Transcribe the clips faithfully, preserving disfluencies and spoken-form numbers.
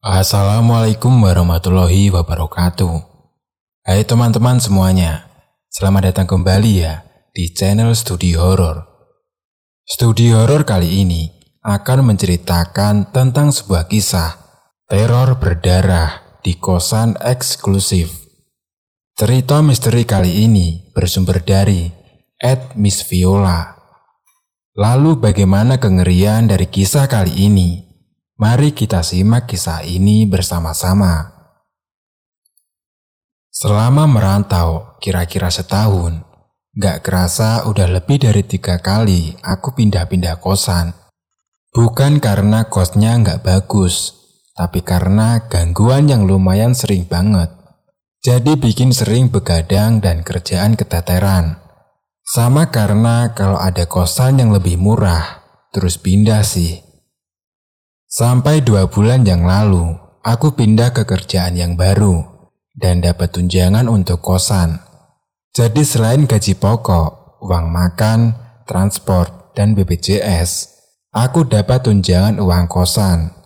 Assalamualaikum warahmatullahi wabarakatuh. Hai teman-teman semuanya, selamat datang kembali ya di channel Studi Horor. Studi Horor kali ini akan menceritakan tentang sebuah kisah teror berdarah di kosan eksklusif. Cerita misteri kali ini bersumber dari et miss viola. Lalu bagaimana kengerian dari kisah kali ini? Mari kita simak kisah ini bersama-sama. Selama merantau kira-kira setahun, gak kerasa udah lebih dari tiga kali aku pindah-pindah kosan. Bukan karena kosnya gak bagus, tapi karena gangguan yang lumayan sering banget. Jadi bikin sering begadang dan kerjaan keteteran. Sama karena kalau ada kosan yang lebih murah, terus pindah sih. Sampai dua bulan yang lalu, aku pindah ke kerjaan yang baru dan dapat tunjangan untuk kosan. Jadi selain gaji pokok, uang makan, transport, dan B P J S, aku dapat tunjangan uang kosan.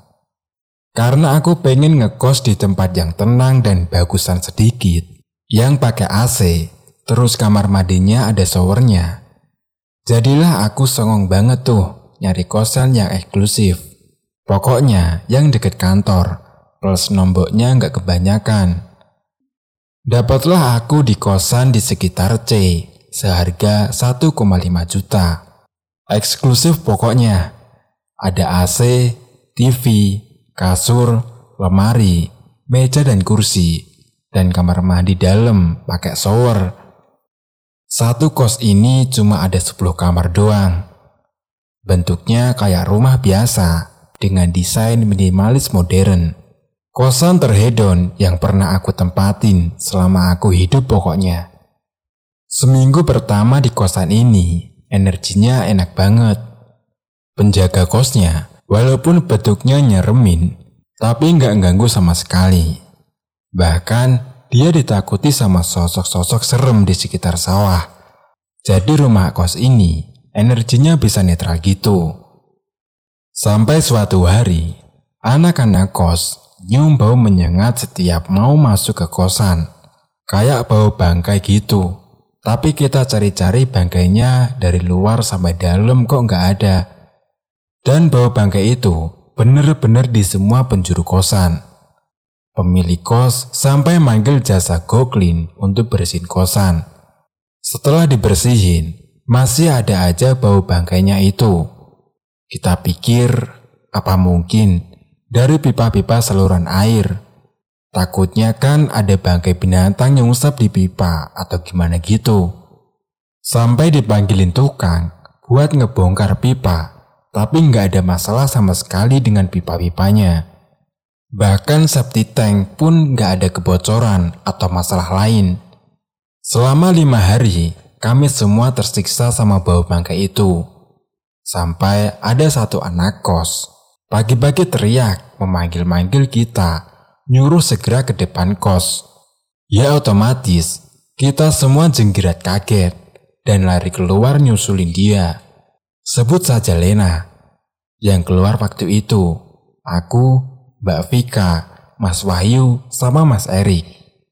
Karena aku pengen ngekos di tempat yang tenang dan bagusan sedikit, yang pakai A C, terus kamar mandinya ada showernya. Jadilah aku songong banget tuh nyari kosan yang eksklusif. Pokoknya yang deket kantor, plus nomboknya nggak kebanyakan. Dapatlah aku di kosan di sekitar C, seharga satu koma lima juta. Eksklusif pokoknya. Ada A C, T V, kasur, lemari, meja dan kursi, dan kamar mandi dalam pakai shower. Satu kos ini cuma ada sepuluh kamar doang. Bentuknya kayak rumah biasa, dengan desain minimalis modern. Kosan terhedon yang pernah aku tempatin selama aku hidup pokoknya. Seminggu pertama di kosan ini, energinya enak banget. Penjaga kosnya, walaupun bentuknya nyeremin, tapi nggak ganggu sama sekali. Bahkan, dia ditakuti sama sosok-sosok serem di sekitar sawah. Jadi rumah kos ini, energinya bisa netral gitu. Sampai suatu hari, anak-anak kos nyium bau menyengat setiap mau masuk ke kosan. Kayak bau bangkai gitu. Tapi kita cari-cari bangkainya dari luar sampai dalam kok nggak ada. Dan bau bangkai itu bener-bener di semua penjuru kosan. Pemilik kos sampai manggil jasa goklin untuk bersihin kosan. Setelah dibersihin, masih ada aja bau bangkainya itu. Kita pikir, apa mungkin dari pipa-pipa saluran air? Takutnya kan ada bangkai binatang yang usap di pipa atau gimana gitu. Sampai dipanggilin tukang buat ngebongkar pipa, tapi nggak ada masalah sama sekali dengan pipa-pipanya. Bahkan septic tank pun nggak ada kebocoran atau masalah lain. Selama lima hari, kami semua tersiksa sama bau bangkai itu. Sampai ada satu anak kos, pagi-pagi teriak memanggil-manggil kita, nyuruh segera ke depan kos. Ya otomatis, kita semua jenggirat kaget dan lari keluar nyusulin dia. Sebut saja Lena. Yang keluar waktu itu, aku, Mbak Vika, Mas Wahyu, sama Mas Erik.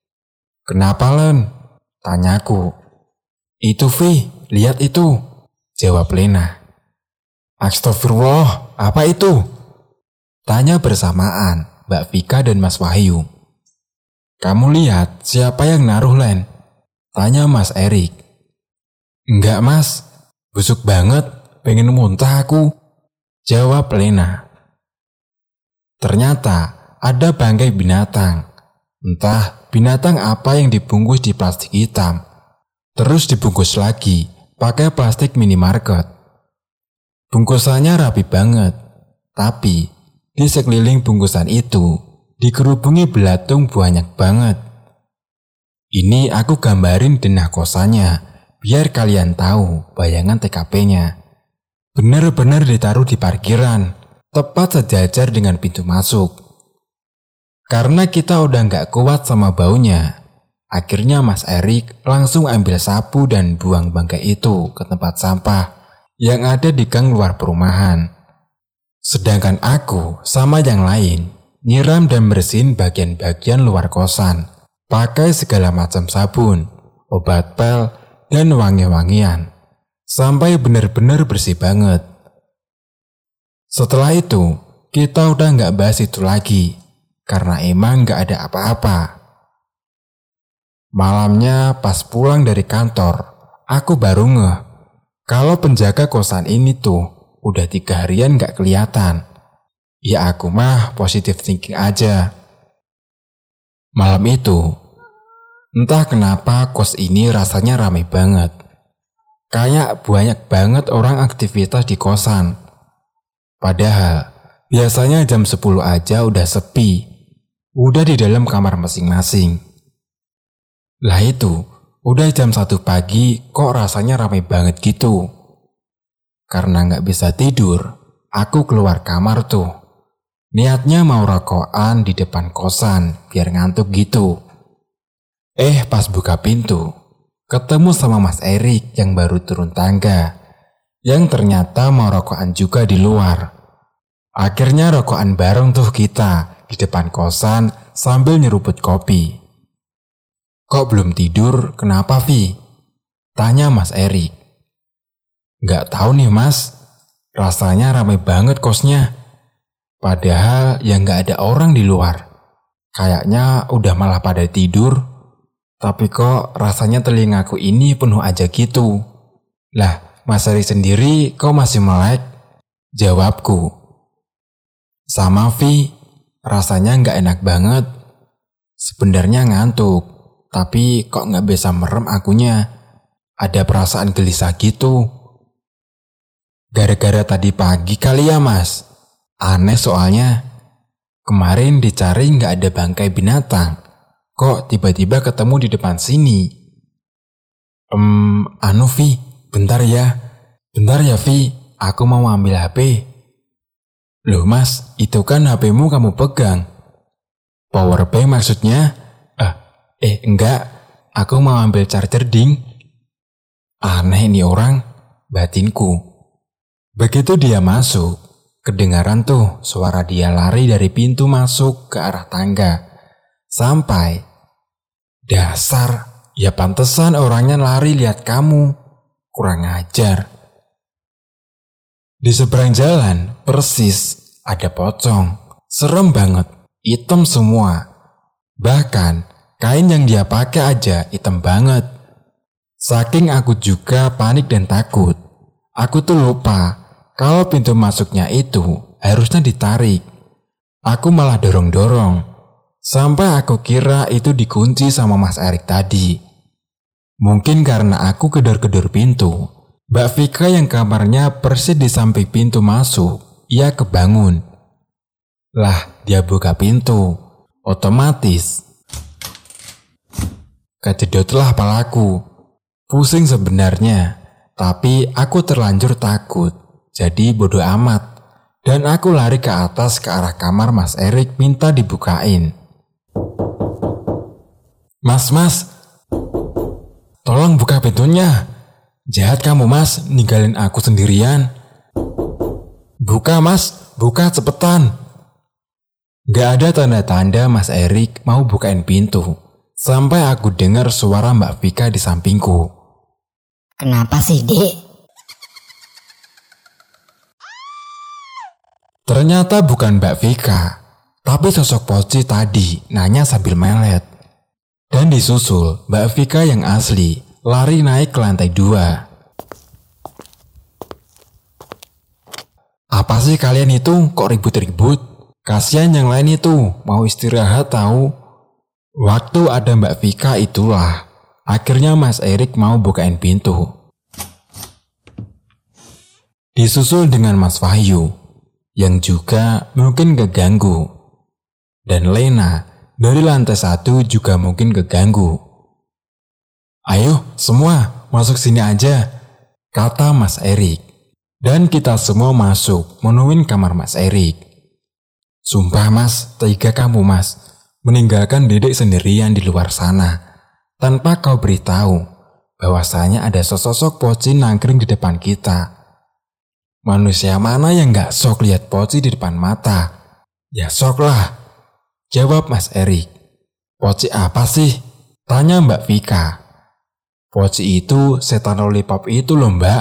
Kenapa Len? Tanyaku. Itu Vi, lihat itu, jawab Lena. Astagfirullah, apa itu? Tanya bersamaan Mbak Vika dan Mas Wahyu. Kamu lihat siapa yang naruh Len? Tanya Mas Erik. Enggak Mas, busuk banget, pengen muntah aku, jawab Lena. Ternyata ada bangkai binatang. Entah binatang apa yang dibungkus di plastik hitam. Terus dibungkus lagi pakai plastik minimarket. Bungkusannya rapi banget, tapi di sekeliling bungkusan itu dikerubungi belatung banyak banget. Ini aku gambarin denah kosannya, biar kalian tahu bayangan T K P-nya. Bener-bener ditaruh di parkiran, tepat sejajar dengan pintu masuk. Karena kita udah gak kuat sama baunya, akhirnya Mas Erik langsung ambil sapu dan buang bangkai itu ke tempat sampah yang ada di gang luar perumahan. Sedangkan aku sama yang lain nyiram dan bersihin bagian-bagian luar kosan, pakai segala macam sabun, obat pel, dan wangi-wangian, sampai benar-benar bersih banget. Setelah itu, kita udah nggak bahas itu lagi, karena emang nggak ada apa-apa. Malamnya pas pulang dari kantor, aku baru ngeh kalau penjaga kosan ini tuh udah tiga harian nggak kelihatan. Ya aku mah positive thinking aja. Malam itu, entah kenapa kos ini rasanya ramai banget. Kayak banyak banget orang aktivitas di kosan. Padahal biasanya jam sepuluh aja udah sepi. Udah di dalam kamar masing-masing. Lah itu, udah jam satu pagi kok rasanya ramai banget gitu. Karena nggak bisa tidur, aku keluar kamar tuh. Niatnya mau rokokan di depan kosan biar ngantuk gitu. Eh pas buka pintu, ketemu sama Mas Erik yang baru turun tangga. Yang ternyata mau rokokan juga di luar. Akhirnya rokokan bareng tuh kita di depan kosan sambil nyeruput kopi. Kok belum tidur, kenapa Vi? Tanya Mas Erik. Gak tahu nih Mas, rasanya ramai banget kosnya. Padahal yang gak ada orang di luar. Kayaknya udah malah pada tidur. Tapi kok rasanya telingaku ini penuh aja gitu. Lah, Mas Erik sendiri kok masih melek? Jawabku. Sama Vi, rasanya gak enak banget. Sebenarnya ngantuk. Tapi kok gak bisa merem akunya. Ada perasaan gelisah gitu. Gara-gara tadi pagi kali ya Mas. Aneh soalnya. Kemarin dicari gak ada bangkai binatang. Kok tiba-tiba ketemu di depan sini? Ehm, anu Vi, bentar ya. Bentar ya Vi, aku mau ambil H P. Loh Mas, itu kan H P-mu kamu pegang. Powerbank maksudnya? Eh enggak, aku mau ambil charger ding. Aneh ini orang, batinku. Begitu dia masuk, kedengaran tuh suara dia lari dari pintu masuk ke arah tangga. Sampai, dasar, ya pantesan orangnya lari lihat kamu. Kurang ajar. Di seberang jalan, persis, ada pocong. Serem banget, hitam semua. Bahkan, kain yang dia pakai aja hitam banget. Saking aku juga panik dan takut, aku tuh lupa kalau pintu masuknya itu harusnya ditarik. Aku malah dorong-dorong, sampai aku kira itu dikunci sama Mas Erik tadi. Mungkin karena aku gedor-gedor pintu, Mbak Vika yang kamarnya persis di samping pintu masuk, ia kebangun. Lah, dia buka pintu, otomatis kejedotlah palaku. Pusing sebenarnya, tapi aku terlanjur takut. Jadi bodoh amat. Dan aku lari ke atas ke arah kamar Mas Erik minta dibukain. Mas, mas, tolong buka pintunya. Jahat kamu Mas, ninggalin aku sendirian. Buka Mas, buka cepetan. Gak ada tanda-tanda Mas Erik mau bukain pintu. Sampai aku dengar suara Mbak Vika di sampingku. Kenapa sih, Dek? Ternyata bukan Mbak Vika, tapi sosok Poci tadi nanya sambil melet. Dan disusul Mbak Vika yang asli lari naik ke lantai dua. Apa sih kalian itu kok ribut-ribut? Kasian yang lain itu mau istirahat tahu. Waktu ada Mbak Vika itulah, akhirnya Mas Erik mau bukain pintu. Disusul dengan Mas Wahyu, yang juga mungkin keganggu. Dan Lena dari lantai satu juga mungkin keganggu. Ayo semua masuk sini aja, kata Mas Erik. Dan kita semua masuk menuin kamar Mas Erik. Sumpah Mas, tega kamu Mas. Meninggalkan Dedek sendirian di luar sana, tanpa kau beritahu bahwasanya ada sosok Poci nangkring di depan kita. Manusia mana yang gak sok lihat Poci di depan mata? Ya sok lah, Jawab Mas Erik. Poci apa sih? Tanya Mbak Vika. Poci itu setan lollipop itu loh Mbak.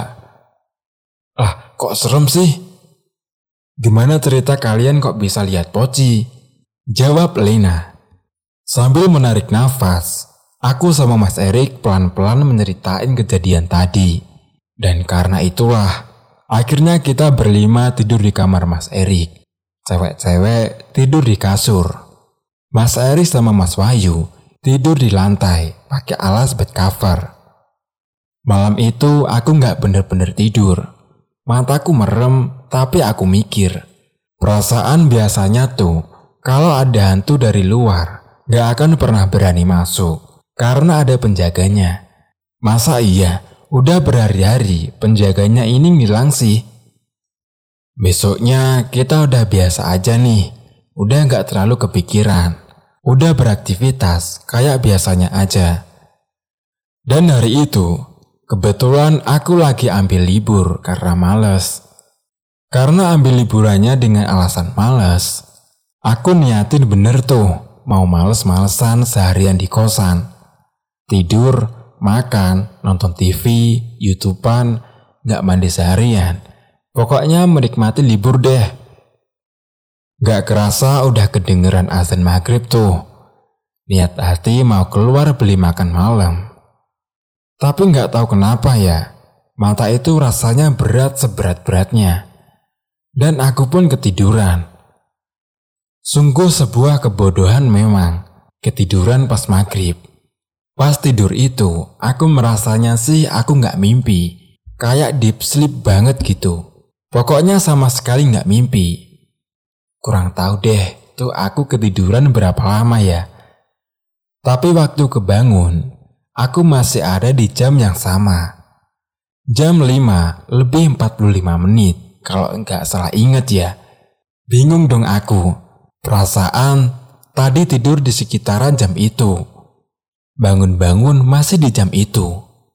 Ah, kok serem sih? Gimana cerita kalian kok bisa lihat poci? Jawab Lena. Sambil menarik nafas, aku sama Mas Erik pelan-pelan menceritain kejadian tadi. Dan karena itulah, akhirnya kita berlima tidur di kamar Mas Erik. Cewek-cewek tidur di kasur. Mas Erik sama Mas Wahyu tidur di lantai pakai alas bed cover. Malam itu aku gak bener-bener tidur. Mataku merem tapi aku mikir. Perasaan biasanya tuh kalau ada hantu dari luar gak akan pernah berani masuk karena ada penjaganya. Masa iya udah berhari-hari penjaganya ini ngilang sih? Besoknya kita udah biasa aja nih. Udah gak terlalu kepikiran. Udah beraktivitas kayak biasanya aja. Dan hari itu kebetulan aku lagi ambil libur karena males. Karena ambil liburannya dengan alasan males, aku niatin bener tuh mau males-malesan seharian di kosan. Tidur, makan, nonton T V, YouTubean, gak mandi seharian. Pokoknya menikmati libur deh. Gak kerasa udah kedengeran azan maghrib tuh. Niat hati mau keluar beli makan malam. Tapi gak tahu kenapa ya, mata itu rasanya berat seberat-beratnya. Dan aku pun ketiduran. Sungguh sebuah kebodohan memang, ketiduran pas maghrib. Pas tidur itu, aku merasanya sih aku gak mimpi. Kayak deep sleep banget gitu. Pokoknya sama sekali gak mimpi. Kurang tahu deh, tuh aku ketiduran berapa lama ya. Tapi waktu kebangun, aku masih ada di jam yang sama. Jam lima lebih empat puluh lima menit, kalau gak salah inget ya. Bingung dong aku. Perasaan tadi tidur di sekitaran jam itu. Bangun-bangun masih di jam itu.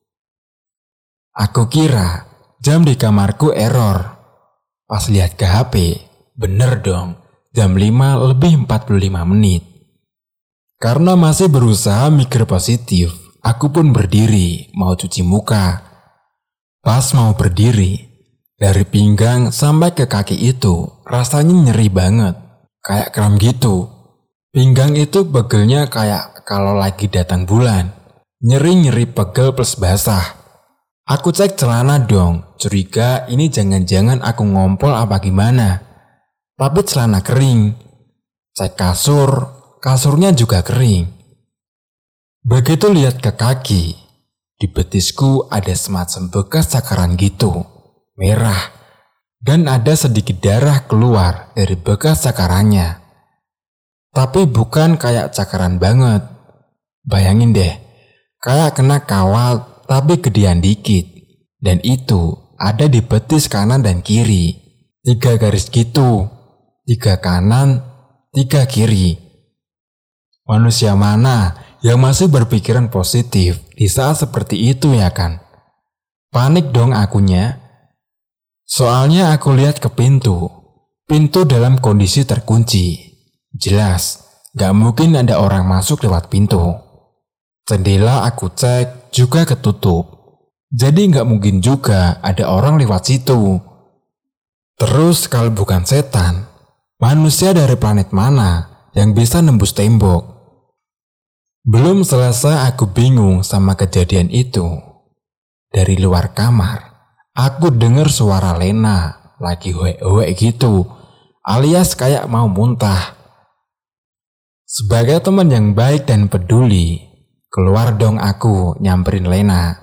Aku kira jam di kamarku error. Pas lihat ke H P, bener dong, jam lima lebih empat puluh lima menit. Karena masih berusaha mikir positif, aku pun berdiri mau cuci muka. Pas mau berdiri, dari pinggang sampai ke kaki itu rasanya nyeri banget. Kayak kram gitu. Pinggang itu pegelnya kayak kalau lagi datang bulan. Nyeri-nyeri pegel plus basah. Aku cek celana dong. Curiga ini jangan-jangan aku ngompol apa gimana. Tapi celana kering. Cek kasur. Kasurnya juga kering. Begitu lihat ke kaki. Di betisku ada semacam bekas cakaran gitu. Merah. Dan ada sedikit darah keluar dari bekas cakarannya. Tapi bukan kayak cakaran banget. Bayangin deh, kayak kena kawat tapi gedean dikit. Dan itu ada di betis kanan dan kiri. Tiga garis gitu. Tiga kanan, tiga kiri. Manusia mana yang masih berpikiran positif di saat seperti itu ya kan? Panik dong akunya. Soalnya aku lihat ke pintu. Pintu dalam kondisi terkunci. Jelas, gak mungkin ada orang masuk lewat pintu. Jendela aku cek juga ketutup. Jadi gak mungkin juga ada orang lewat situ. Terus kalau bukan setan, manusia dari planet mana yang bisa nembus tembok? Belum selesai aku bingung sama kejadian itu. Dari luar kamar, aku dengar suara Lena lagi hoe-hoe gitu, alias kayak mau muntah. Sebagai teman yang baik dan peduli, keluar dong aku nyamperin Lena.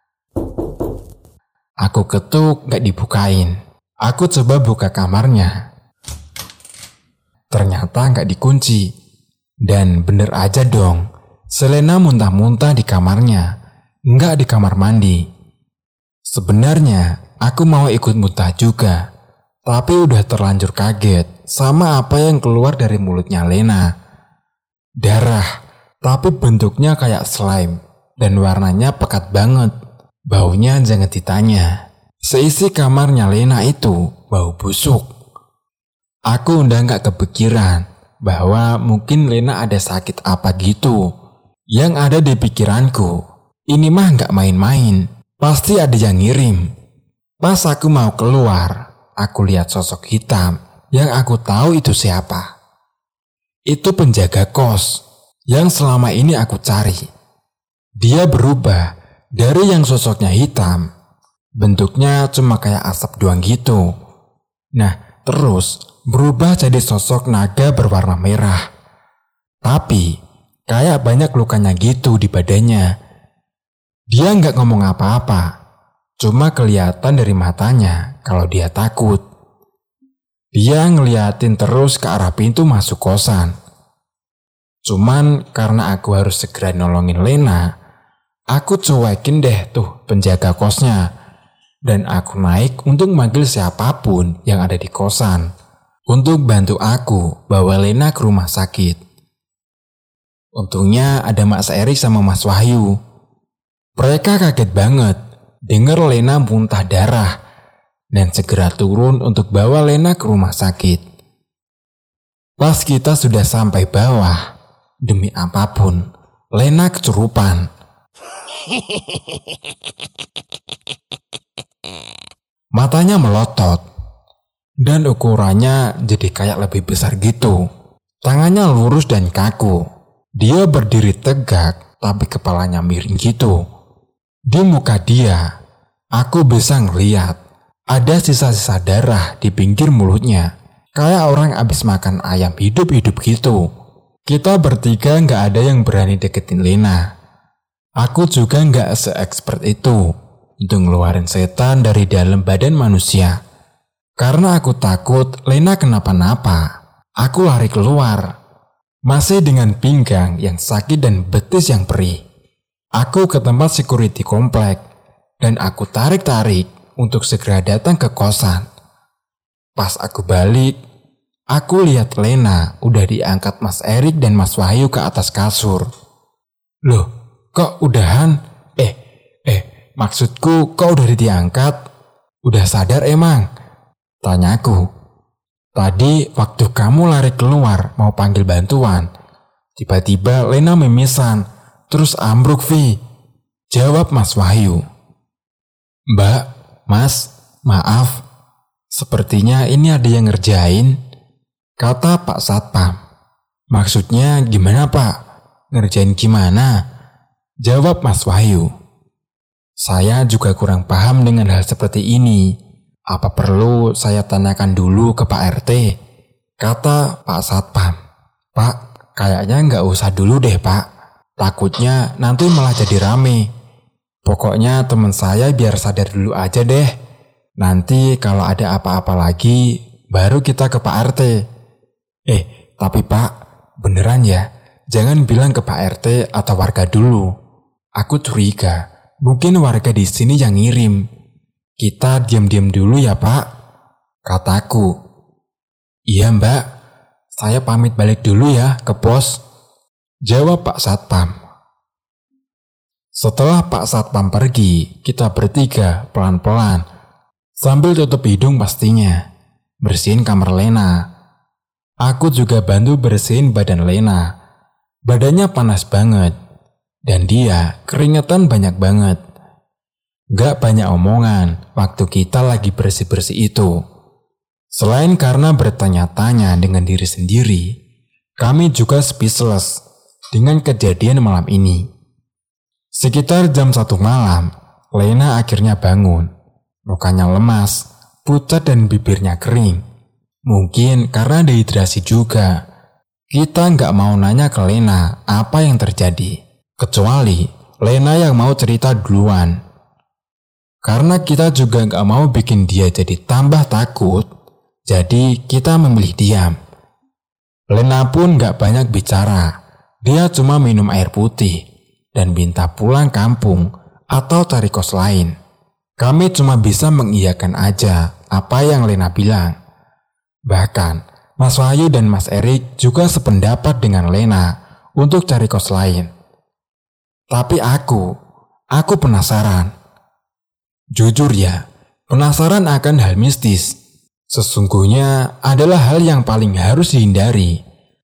Aku ketuk gak dibukain. Aku coba buka kamarnya. Ternyata gak dikunci. Dan bener aja dong, Selena muntah-muntah di kamarnya, gak di kamar mandi. Sebenarnya aku mau ikut muntah juga, tapi udah terlanjur kaget sama apa yang keluar dari mulutnya Lena. Darah, tapi bentuknya kayak slime dan warnanya pekat banget. Baunya jangan ditanya. Seisi kamarnya Lena itu bau busuk. Aku udah gak kepikiran bahwa mungkin Lena ada sakit apa gitu. Yang ada di pikiranku, ini mah gak main-main, pasti ada yang ngirim. Pas aku mau keluar, aku lihat sosok hitam yang aku tahu itu siapa. Itu penjaga kos yang selama ini aku cari. Dia berubah dari yang sosoknya hitam, bentuknya cuma kayak asap doang gitu. Nah, terus berubah jadi sosok naga berwarna merah. Tapi kayak banyak lukanya gitu di badannya. Dia nggak ngomong apa-apa, cuma kelihatan dari matanya kalau dia takut. Dia ngeliatin terus ke arah pintu masuk kosan. Cuman karena aku harus segera nolongin Lena, aku cuekin deh tuh penjaga kosnya. Dan aku naik untuk manggil siapapun yang ada di kosan untuk bantu aku bawa Lena ke rumah sakit. Untungnya ada Mas Erik sama Mas Wahyu. Mereka kaget banget dengar Lena muntah darah dan segera turun untuk bawa Lena ke rumah sakit. Pas kita sudah sampai bawah, demi apapun, Lena kecurupan. Matanya melotot dan ukurannya jadi kayak lebih besar gitu. Tangannya lurus dan kaku. Dia berdiri tegak tapi kepalanya miring gitu. Di muka dia, aku bisa ngeliat ada sisa-sisa darah di pinggir mulutnya. Kayak orang abis makan ayam hidup-hidup gitu. Kita bertiga gak ada yang berani deketin Lena. Aku juga gak se-expert itu untuk ngeluarin setan dari dalam badan manusia. Karena aku takut Lena kenapa-napa, aku lari keluar. Masih dengan pinggang yang sakit dan betis yang perih. Aku ke tempat security komplek dan aku tarik-tarik untuk segera datang ke kosan. Pas aku balik, aku lihat Lena udah diangkat Mas Erik dan Mas Wahyu ke atas kasur. Loh, kok udahan? Eh, eh, maksudku kok udah diangkat? Udah sadar emang? Tanyaku. Tadi waktu kamu lari keluar mau panggil bantuan, tiba-tiba Lena mimisan, terus ambruk Vi. Jawab Mas Wahyu. Mbak, Mas, maaf. Sepertinya ini ada yang ngerjain, kata Pak Satpam. Maksudnya gimana Pak? Ngerjain gimana? Jawab Mas Wahyu. Saya juga kurang paham dengan hal seperti ini. Apa perlu saya tanyakan dulu ke Pak R T? Kata Pak Satpam. Pak, kayaknya nggak usah dulu deh Pak. Takutnya nanti malah jadi rame. Pokoknya teman saya biar sadar dulu aja deh. Nanti kalau ada apa-apa lagi, baru kita ke Pak R T. Eh, tapi Pak, beneran ya? Jangan bilang ke Pak R T atau warga dulu. Aku curiga, mungkin warga di sini yang ngirim. Kita diam-diam dulu ya Pak, kataku. Iya Mbak, saya pamit balik dulu ya ke pos, jawab Pak Satpam. Setelah Pak Satpam pergi, kita bertiga pelan-pelan, sambil tutup hidung pastinya, bersihin kamar Lena. Aku juga bantu bersihin badan Lena. Badannya panas banget, dan dia keringetan banyak banget. Gak banyak omongan waktu kita lagi bersih-bersih itu. Selain karena bertanya-tanya dengan diri sendiri, kami juga speechless dengan kejadian malam ini. Sekitar jam satu malam, Lena akhirnya bangun. Mukanya lemas, pucat dan bibirnya kering. Mungkin karena dehidrasi juga. Kita gak mau nanya ke Lena apa yang terjadi. Kecuali Lena yang mau cerita duluan. Karena kita juga gak mau bikin dia jadi tambah takut, jadi kita memilih diam. Lena pun gak banyak bicara, dia cuma minum air putih dan minta pulang kampung atau cari kos lain. Kami cuma bisa mengiyakan aja apa yang Lena bilang. Bahkan Mas Wahyu dan Mas Erik juga sependapat dengan Lena untuk cari kos lain. Tapi aku, aku penasaran. Jujur ya, penasaran akan hal mistis. Sesungguhnya adalah hal yang paling harus dihindari.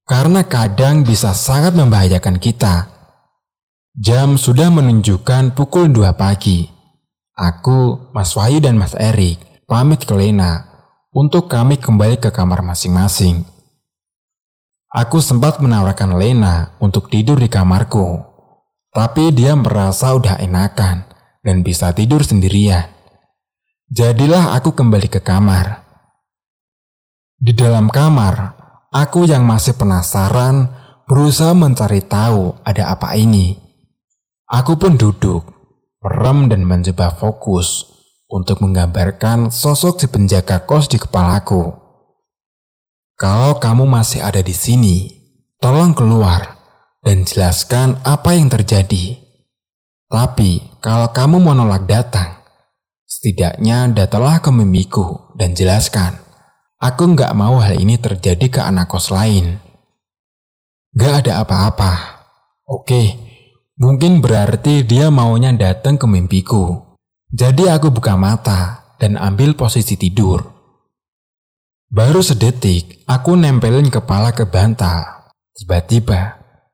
karena kadang bisa sangat membahayakan kita. Jam sudah menunjukkan pukul dua pagi. Aku, Mas Wahyu dan Mas Erik pamit ke Lena untuk kami kembali ke kamar masing-masing. Aku sempat menawarkan Lena untuk tidur di kamarku, tapi dia merasa udah enakan dan bisa tidur sendirian. Jadilah aku kembali ke kamar. Di dalam kamar, aku yang masih penasaran berusaha mencari tahu ada apa ini. Aku pun duduk, merem dan mencoba fokus untuk menggambarkan sosok si penjaga kos di kepalaku. Kalau kamu masih ada di sini, tolong keluar dan jelaskan apa yang terjadi. Tapi kalau kamu mau nolak datang, setidaknya datanglah ke mimiku dan jelaskan. Aku nggak mau hal ini terjadi ke anak kos lain. Gak ada apa-apa. Oke, mungkin berarti dia maunya datang ke mimpiku. Jadi aku buka mata dan ambil posisi tidur. Baru sedetik, aku nempelin kepala ke bantal. Tiba-tiba,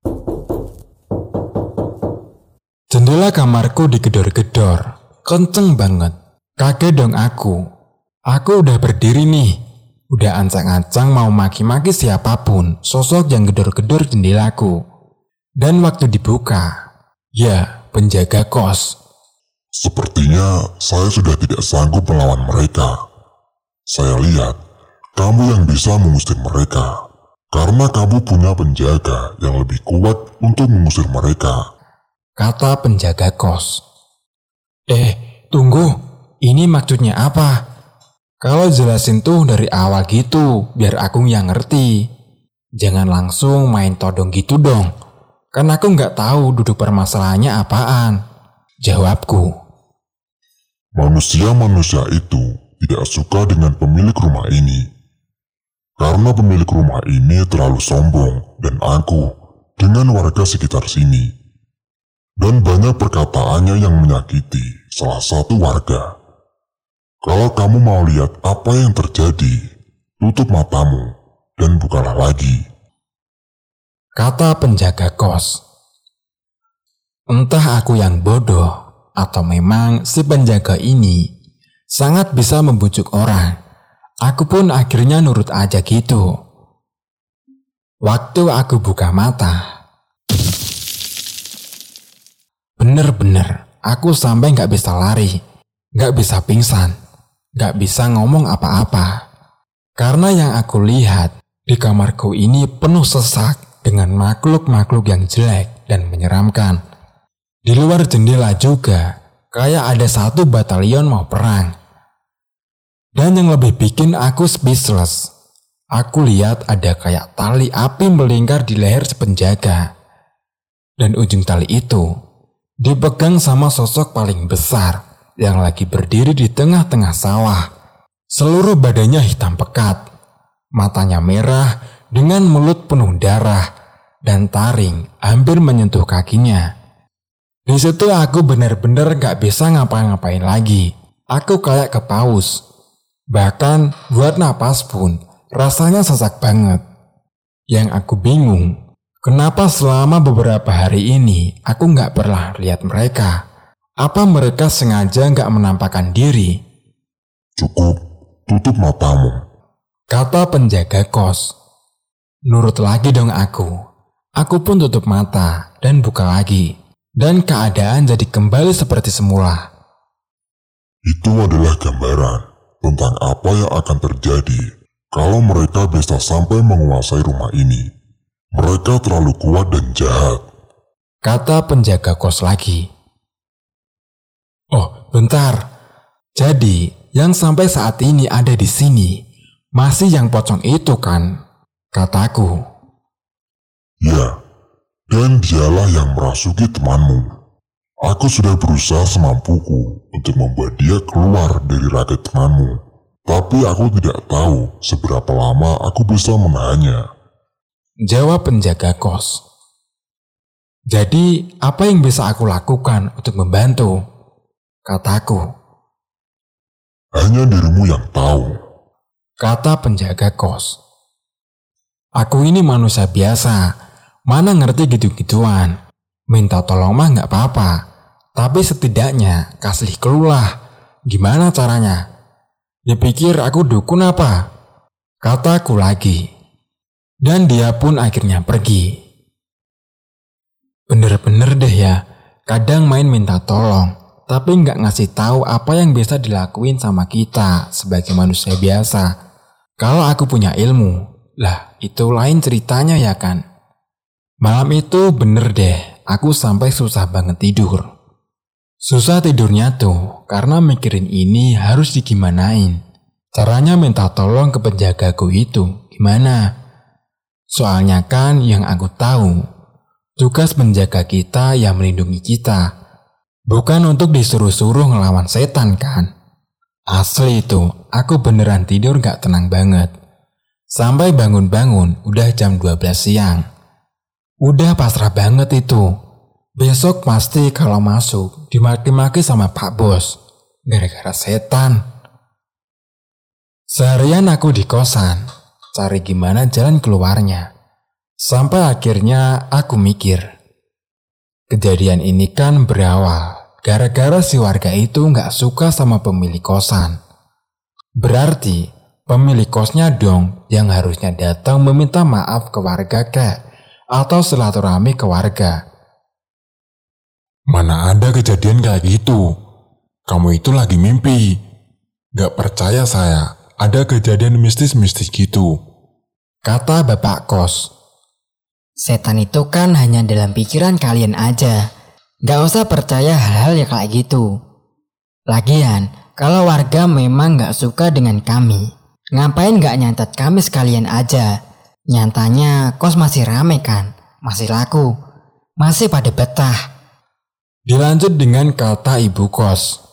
jendela kamarku digedor-gedor. Kenceng banget. Kaget dong aku. Aku udah berdiri nih. Udah ancang-ancang mau maki-maki siapapun sosok yang gedor-gedor jendelaku. Dan waktu dibuka, ya penjaga kos. Sepertinya saya sudah tidak sanggup melawan mereka. Saya lihat kamu yang bisa mengusir mereka, karena kamu punya penjaga yang lebih kuat untuk mengusir mereka, kata penjaga kos. Eh, tunggu, ini maksudnya apa? Kalau jelasin tuh dari awal gitu, biar aku yang ngerti. Jangan langsung main todong gitu dong, kan aku nggak tahu duduk permasalahannya apaan. Jawabku. Manusia-manusia itu tidak suka dengan pemilik rumah ini. Karena pemilik rumah ini terlalu sombong dan angkuh dengan warga sekitar sini. Dan banyak perkataannya yang menyakiti salah satu warga. Kalau kamu mau lihat apa yang terjadi, tutup matamu dan bukalah lagi, kata penjaga kos. Entah aku yang bodoh atau memang si penjaga ini sangat bisa membujuk orang. Aku pun akhirnya nurut aja gitu. Waktu aku buka mata, bener-bener aku sampai gak bisa lari, gak bisa pingsan, gak bisa ngomong apa-apa. Karena yang aku lihat di kamarku ini penuh sesak dengan makhluk-makhluk yang jelek dan menyeramkan. Di luar jendela juga kayak ada satu batalion mau perang. Dan yang lebih bikin aku speechless, aku lihat ada kayak tali api melingkar di leher si penjaga. Dan ujung tali itu dipegang sama sosok paling besar yang lagi berdiri di tengah-tengah sawah. Seluruh badannya hitam pekat, matanya merah dengan mulut penuh darah, dan taring hampir menyentuh kakinya. Di situ aku benar-benar gak bisa ngapa-ngapain lagi. Aku kayak kepaus. Bahkan buat napas pun rasanya sesak banget. Yang aku bingung, kenapa selama beberapa hari ini aku gak pernah lihat mereka? Apa mereka sengaja gak menampakkan diri? Cukup, tutup matamu, kata penjaga kos. Nurut lagi dong aku. Aku pun tutup mata dan buka lagi. Dan keadaan jadi kembali seperti semula. Itu adalah gambaran tentang apa yang akan terjadi kalau mereka bisa sampai menguasai rumah ini. Mereka terlalu kuat dan jahat, kata penjaga kos lagi. Oh, bentar. Jadi, yang sampai saat ini ada di sini masih yang pocong itu kan? Kataku. Ya, dan dialah yang merasuki temanmu. Aku sudah berusaha semampuku untuk membuat dia keluar dari raket temanmu. Tapi aku tidak tahu seberapa lama aku bisa menahannya, jawab penjaga kos. Jadi, apa yang bisa aku lakukan untuk membantu? Kataku. Hanya dirimu yang tahu, kata penjaga kos. Aku ini manusia biasa, mana ngerti gitu-gituan. Minta tolong mah gak apa-apa, tapi setidaknya kasih clue lah. Gimana caranya? Dipikir aku dukun apa? Kataku lagi. Dan dia pun akhirnya pergi. Bener-bener deh ya, kadang main minta tolong, tapi gak ngasih tahu apa yang bisa dilakuin sama kita sebagai manusia biasa. Kalau aku punya ilmu, lah itu lain ceritanya ya kan. Malam itu bener deh, aku sampai susah banget tidur. Susah tidurnya tuh karena mikirin ini harus digimanain. Caranya minta tolong ke penjagaku itu gimana? Soalnya kan yang aku tahu, tugas penjaga kita yang melindungi kita. Bukan untuk disuruh-suruh ngelawan setan kan? Asli itu, aku beneran tidur gak tenang banget. Sampai bangun-bangun udah jam dua belas siang. Udah pasrah banget itu. Besok pasti kalau masuk dimaki-maki sama Pak Bos. Gara-gara setan. Seharian aku di kosan, cari gimana jalan keluarnya. Sampai akhirnya aku mikir. Kejadian ini kan berawal gara-gara si warga itu gak suka sama pemilik kosan. Berarti pemilik kosnya dong yang harusnya datang meminta maaf ke warga kek, atau silaturahmi ke warga. Mana ada kejadian kayak gitu? Kamu itu lagi mimpi. Gak percaya saya, ada kejadian mistis-mistis gitu. Kata bapak kos. Setan itu kan hanya dalam pikiran kalian aja. Gak usah percaya hal-hal yang kayak gitu. Lagian, kalau warga memang gak suka dengan kami, ngapain gak nyantet kami sekalian aja? Nyatanya kos masih rame kan? Masih laku? Masih pada betah? Dilanjut dengan kata ibu kos.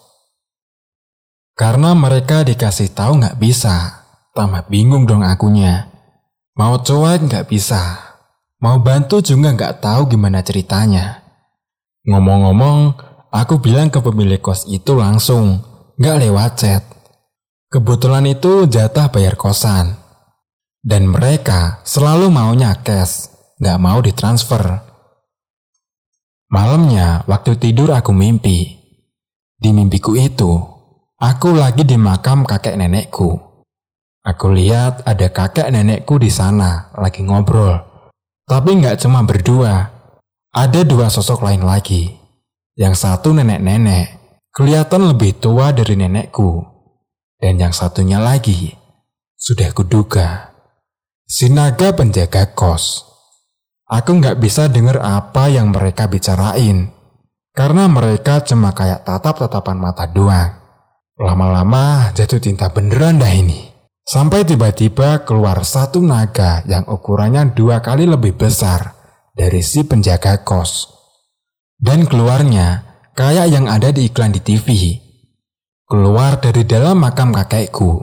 Karena mereka dikasih tahu gak bisa, tambah bingung dong akunya. Mau cuek gak bisa, mau bantu juga gak tahu gimana ceritanya. Ngomong-ngomong, aku bilang ke pemilik kos itu langsung, gak lewat chat. Kebetulan itu jatah bayar kosan. Dan mereka selalu maunya cash, gak mau ditransfer. Malamnya, waktu tidur aku mimpi. Di mimpiku itu, aku lagi di makam kakek nenekku. Aku lihat ada kakek nenekku di sana, lagi ngobrol. Tapi gak cuma berdua. Ada dua sosok lain lagi. Yang satu nenek-nenek, kelihatan lebih tua dari nenekku. Dan yang satunya lagi, sudah kuduga, si naga penjaga kos. Aku gak bisa dengar apa yang mereka bicarain, karena mereka cuma kayak tatap-tatapan mata doang. Lama-lama jatuh cinta beneran dah ini. Sampai tiba-tiba keluar satu naga yang ukurannya dua kali lebih besar dari si penjaga kos. Dan keluarnya kayak yang ada di iklan di T V. Keluar dari dalam makam kakekku.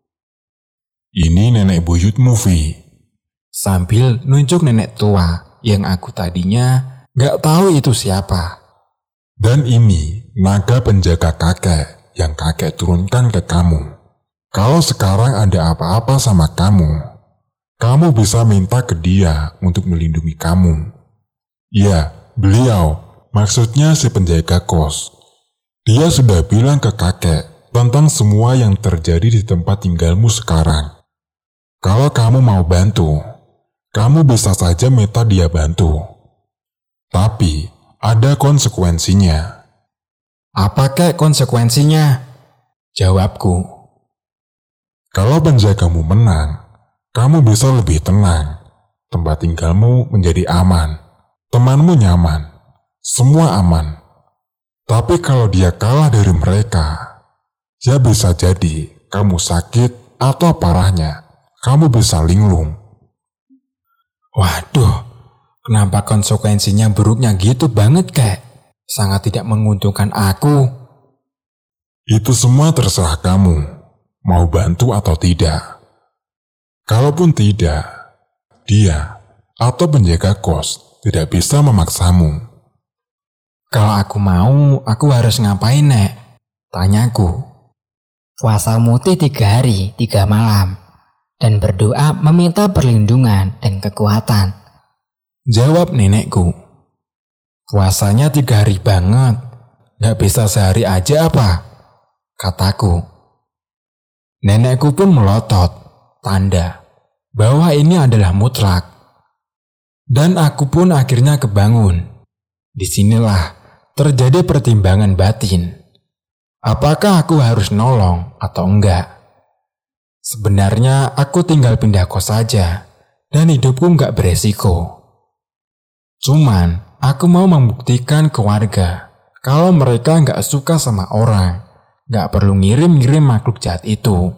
Ini nenek buyut movie. Sambil nunjuk nenek tua yang aku tadinya gak tahu itu siapa. Dan ini naga penjaga kakek yang kakek turunkan ke kamu. Kalau sekarang ada apa-apa sama kamu, kamu bisa minta ke dia untuk melindungi kamu. Ya, beliau, maksudnya si penjaga kos. Dia sudah bilang ke kakek tentang semua yang terjadi di tempat tinggalmu sekarang. Kalau kamu mau bantu, kamu bisa saja minta dia bantu. Tapi ada konsekuensinya. Apa kek konsekuensinya? Jawabku. Kalau penjagamu menang, kamu bisa lebih tenang. Tempat tinggalmu menjadi aman. Temanmu nyaman. Semua aman. Tapi kalau dia kalah dari mereka, ya bisa jadi kamu sakit atau parahnya, kamu bisa linglung. Waduh, kenapa konsekuensinya buruknya gitu banget kek? Sangat tidak menguntungkan aku. Itu semua terserah kamu. Mau bantu atau tidak. Kalaupun tidak, dia atau penjaga kos tidak bisa memaksamu. Kalau aku mau, aku harus ngapain, Nek? Tanyaku. Puasa muti tiga hari, tiga malam. dan berdoa meminta perlindungan dan kekuatan. Jawab nenekku. Puasanya tiga hari banget, gak bisa sehari aja apa? Kataku. Nenekku pun melotot, tanda bahwa ini adalah mutlak. Dan aku pun akhirnya kebangun. Disinilah terjadi pertimbangan batin. Apakah aku harus nolong atau enggak? Sebenarnya aku tinggal pindah kos saja, dan hidupku enggak beresiko. Cuman aku mau membuktikan ke warga kalau mereka enggak suka sama orang, enggak perlu ngirim-ngirim makhluk jahat itu.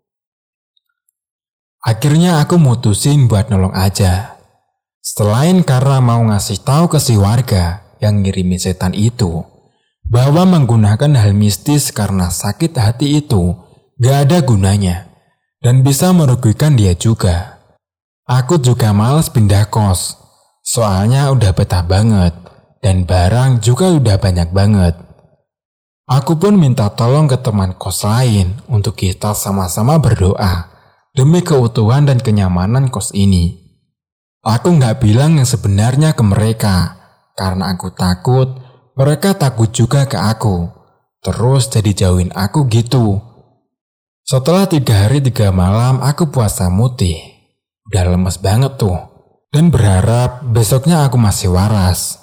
Akhirnya aku mutusin buat nolong aja. Selain karena mau ngasih tahu ke si warga yang ngirimin setan itu, bahwa menggunakan hal mistis karena sakit hati itu gak ada gunanya, dan bisa merugikan dia juga. Aku juga males pindah kos, soalnya udah betah banget, dan barang juga udah banyak banget. Aku pun minta tolong ke teman kos lain untuk kita sama-sama berdoa, demi keutuhan dan kenyamanan kos ini. Aku gak bilang yang sebenarnya ke mereka, karena aku takut mereka takut juga ke aku, terus jadi jauhin aku gitu. Setelah tiga hari tiga malam aku puasa mutih, udah lemes banget tuh, dan berharap besoknya aku masih waras.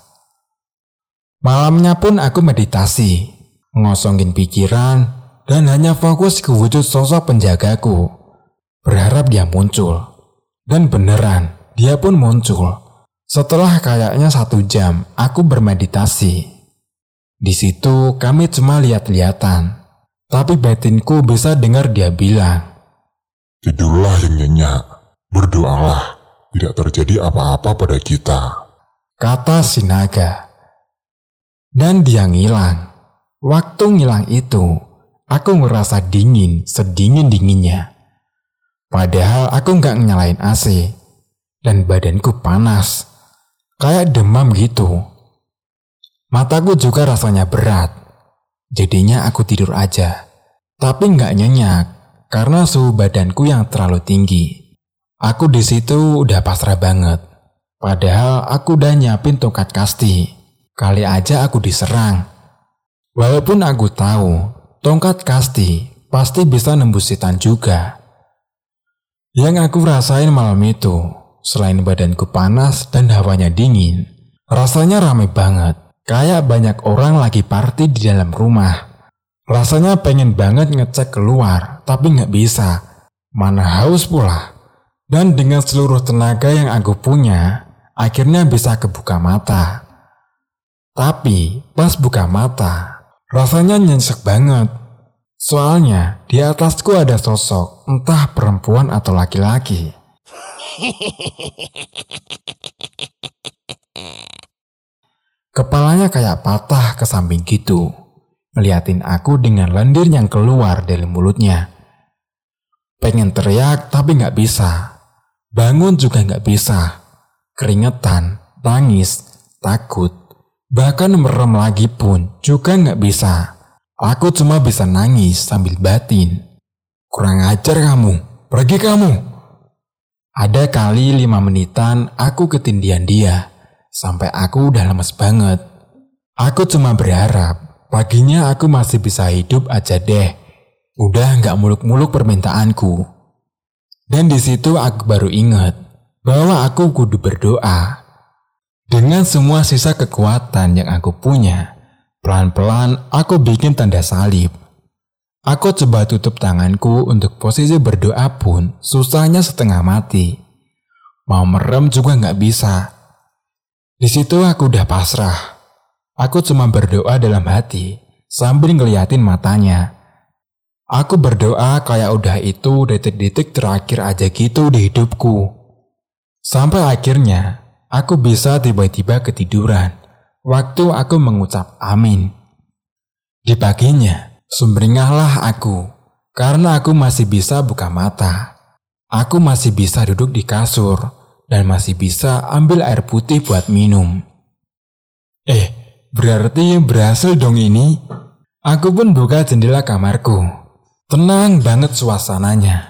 Malamnya pun aku meditasi, ngosongin pikiran, dan hanya fokus ke wujud sosok penjagaku. Berharap dia muncul, dan beneran dia pun muncul. Setelah kayaknya satu jam aku bermeditasi. Di situ kami cuma lihat-lihatan, tapi batinku bisa dengar dia bilang, "Tidurlah yang nyenyak, berdoalah, tidak terjadi apa-apa pada kita," kata si naga. Dan dia ngilang. Waktu ngilang itu, aku ngerasa dingin, sedingin-dinginnya. Padahal aku nggak nyalain A C, dan badanku panas, kayak demam gitu. Mataku juga rasanya berat, jadinya aku tidur aja. Tapi nggak nyenyak, karena suhu badanku yang terlalu tinggi. Aku di situ udah pasrah banget. Padahal aku udah nyiapin tongkat kasti, kali aja aku diserang. Walaupun aku tahu, tongkat kasti pasti bisa nembus setan juga. Yang aku rasain malam itu, selain badanku panas dan hawanya dingin, rasanya ramai banget. Kayak banyak orang lagi party di dalam rumah. Rasanya pengen banget ngecek keluar, tapi nggak bisa. Mana haus pula. Dan dengan seluruh tenaga yang aku punya, akhirnya bisa kebuka mata. Tapi pas buka mata, rasanya nyesek banget. Soalnya di atasku ada sosok, entah perempuan atau laki-laki. Kepalanya kayak patah ke samping gitu, ngeliatin aku dengan lendir yang keluar dari mulutnya. Pengen teriak tapi gak bisa, bangun juga gak bisa, keringetan, tangis, takut, bahkan merem lagi pun juga gak bisa. Aku cuma bisa nangis sambil batin. Kurang ajar kamu, pergi kamu. Ada kali lima menitan aku ketindihan dia. Sampai aku udah lemes banget. Aku cuma berharap paginya aku masih bisa hidup aja deh. Udah gak muluk-muluk permintaanku. Dan di situ aku baru ingat bahwa aku kudu berdoa. Dengan semua sisa kekuatan yang aku punya, pelan-pelan aku bikin tanda salib. Aku coba tutup tanganku untuk posisi berdoa pun susahnya setengah mati. Mau merem juga gak bisa. Di situ aku udah pasrah. Aku cuma berdoa dalam hati sambil ngeliatin matanya. Aku berdoa kayak udah itu detik-detik terakhir aja gitu di hidupku. Sampai akhirnya aku bisa tiba-tiba ketiduran waktu aku mengucap amin. Di paginya sumringahlah aku karena aku masih bisa buka mata. Aku masih bisa duduk di kasur dan masih bisa ambil air putih buat minum. Eh, berarti berhasil dong ini. Aku pun buka jendela kamarku. Tenang banget suasananya.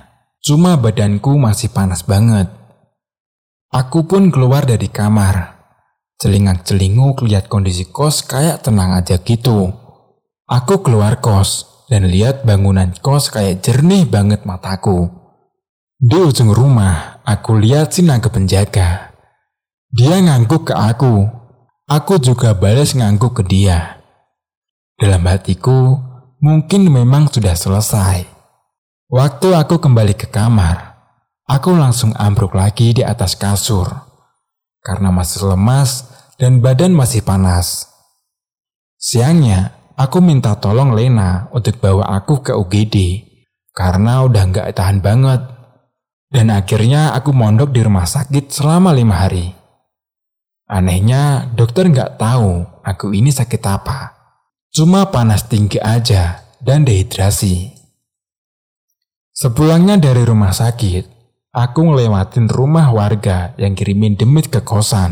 Cuma badanku masih panas banget. Aku pun keluar dari kamar. Celingak-celinguk lihat kondisi kos kayak tenang aja gitu. Aku keluar kos dan lihat bangunan kos kayak jernih banget mataku. Di ujung rumah, aku lihat si naga penjaga. Dia ngangguk ke aku. Aku juga balas ngangguk ke dia. Dalam hatiku, mungkin memang sudah selesai. Waktu aku kembali ke kamar, aku langsung ambruk lagi di atas kasur. Karena masih lemas dan badan masih panas. Siangnya, aku minta tolong Lena untuk bawa aku ke U G D. Karena udah gak tahan banget. Dan akhirnya aku mondok di rumah sakit selama lima hari. Anehnya, dokter gak tahu aku ini sakit apa. Cuma panas tinggi aja dan dehidrasi. Sepulangnya dari rumah sakit, aku ngelewatin rumah warga yang kirimin demit ke kosan.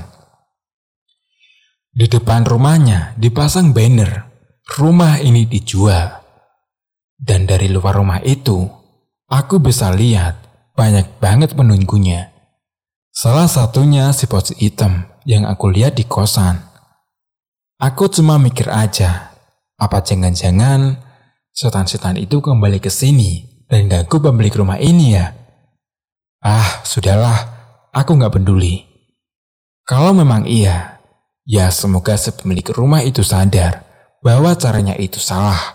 Di depan rumahnya dipasang banner, rumah ini dijual. Dan dari luar rumah itu, aku bisa lihat banyak banget penunggunya. Salah satunya si pocong hitam yang aku lihat di kosan. Aku cuma mikir aja, apa jangan-jangan setan-setan itu kembali ke sini dan ganggu pemilik rumah ini ya? Ah, sudahlah, aku gak peduli. Kalau memang iya, ya semoga si pemilik rumah itu sadar bahwa caranya itu salah.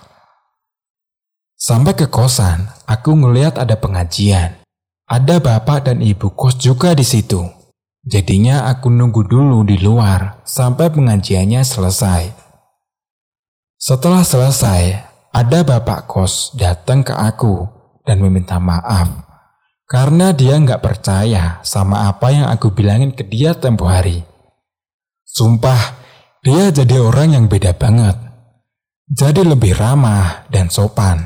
Sampai ke kosan, aku ngeliat ada pengajian. Ada bapak dan ibu kos juga di situ. Jadinya aku nunggu dulu di luar sampai pengajiannya selesai. Setelah selesai, ada bapak kos datang ke aku dan meminta maaf karena dia nggak percaya sama apa yang aku bilangin ke dia tempo hari. Sumpah, dia jadi orang yang beda banget. Jadi lebih ramah dan sopan.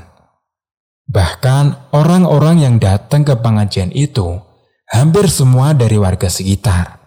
Bahkan orang-orang yang datang ke pengajian itu hampir semua dari warga sekitar.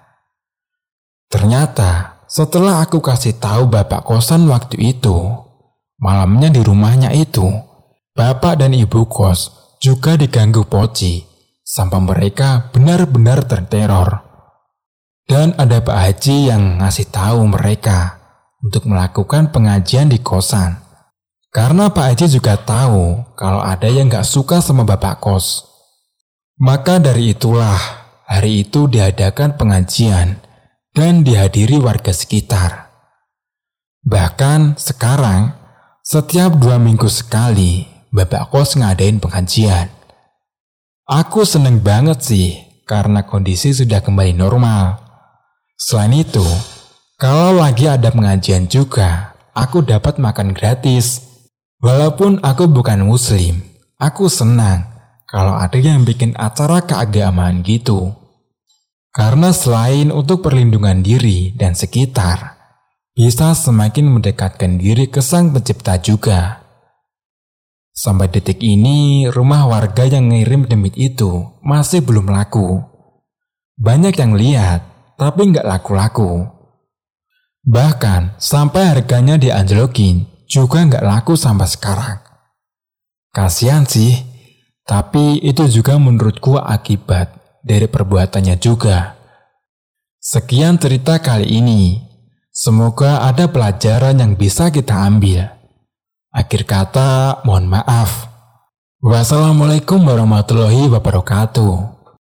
Ternyata setelah aku kasih tahu bapak kosan waktu itu, malamnya di rumahnya itu, bapak dan ibu kos juga diganggu poci sampai mereka benar-benar terteror. Dan ada Pak Haji yang ngasih tahu mereka untuk melakukan pengajian di kosan. Karena Pak Haji juga tahu kalau ada yang gak suka sama bapak kos. Maka dari itulah hari itu diadakan pengajian dan dihadiri warga sekitar. Bahkan sekarang setiap dua minggu sekali bapak kos ngadain pengajian. Aku seneng banget sih karena kondisi sudah kembali normal. Selain itu, kalau lagi ada pengajian juga, aku dapat makan gratis. Walaupun aku bukan muslim, aku senang kalau ada yang bikin acara keagamaan gitu. Karena selain untuk perlindungan diri dan sekitar, bisa semakin mendekatkan diri ke Sang Pencipta juga. Sampai detik ini, rumah warga yang ngirim demit itu masih belum laku. Banyak yang lihat, tapi nggak laku-laku. Bahkan sampai harganya dianjlokin, juga nggak laku sampai sekarang. Kasian sih, tapi itu juga menurutku akibat dari perbuatannya juga. Sekian cerita kali ini. Semoga ada pelajaran yang bisa kita ambil. Akhir kata, mohon maaf. Wassalamualaikum warahmatullahi wabarakatuh.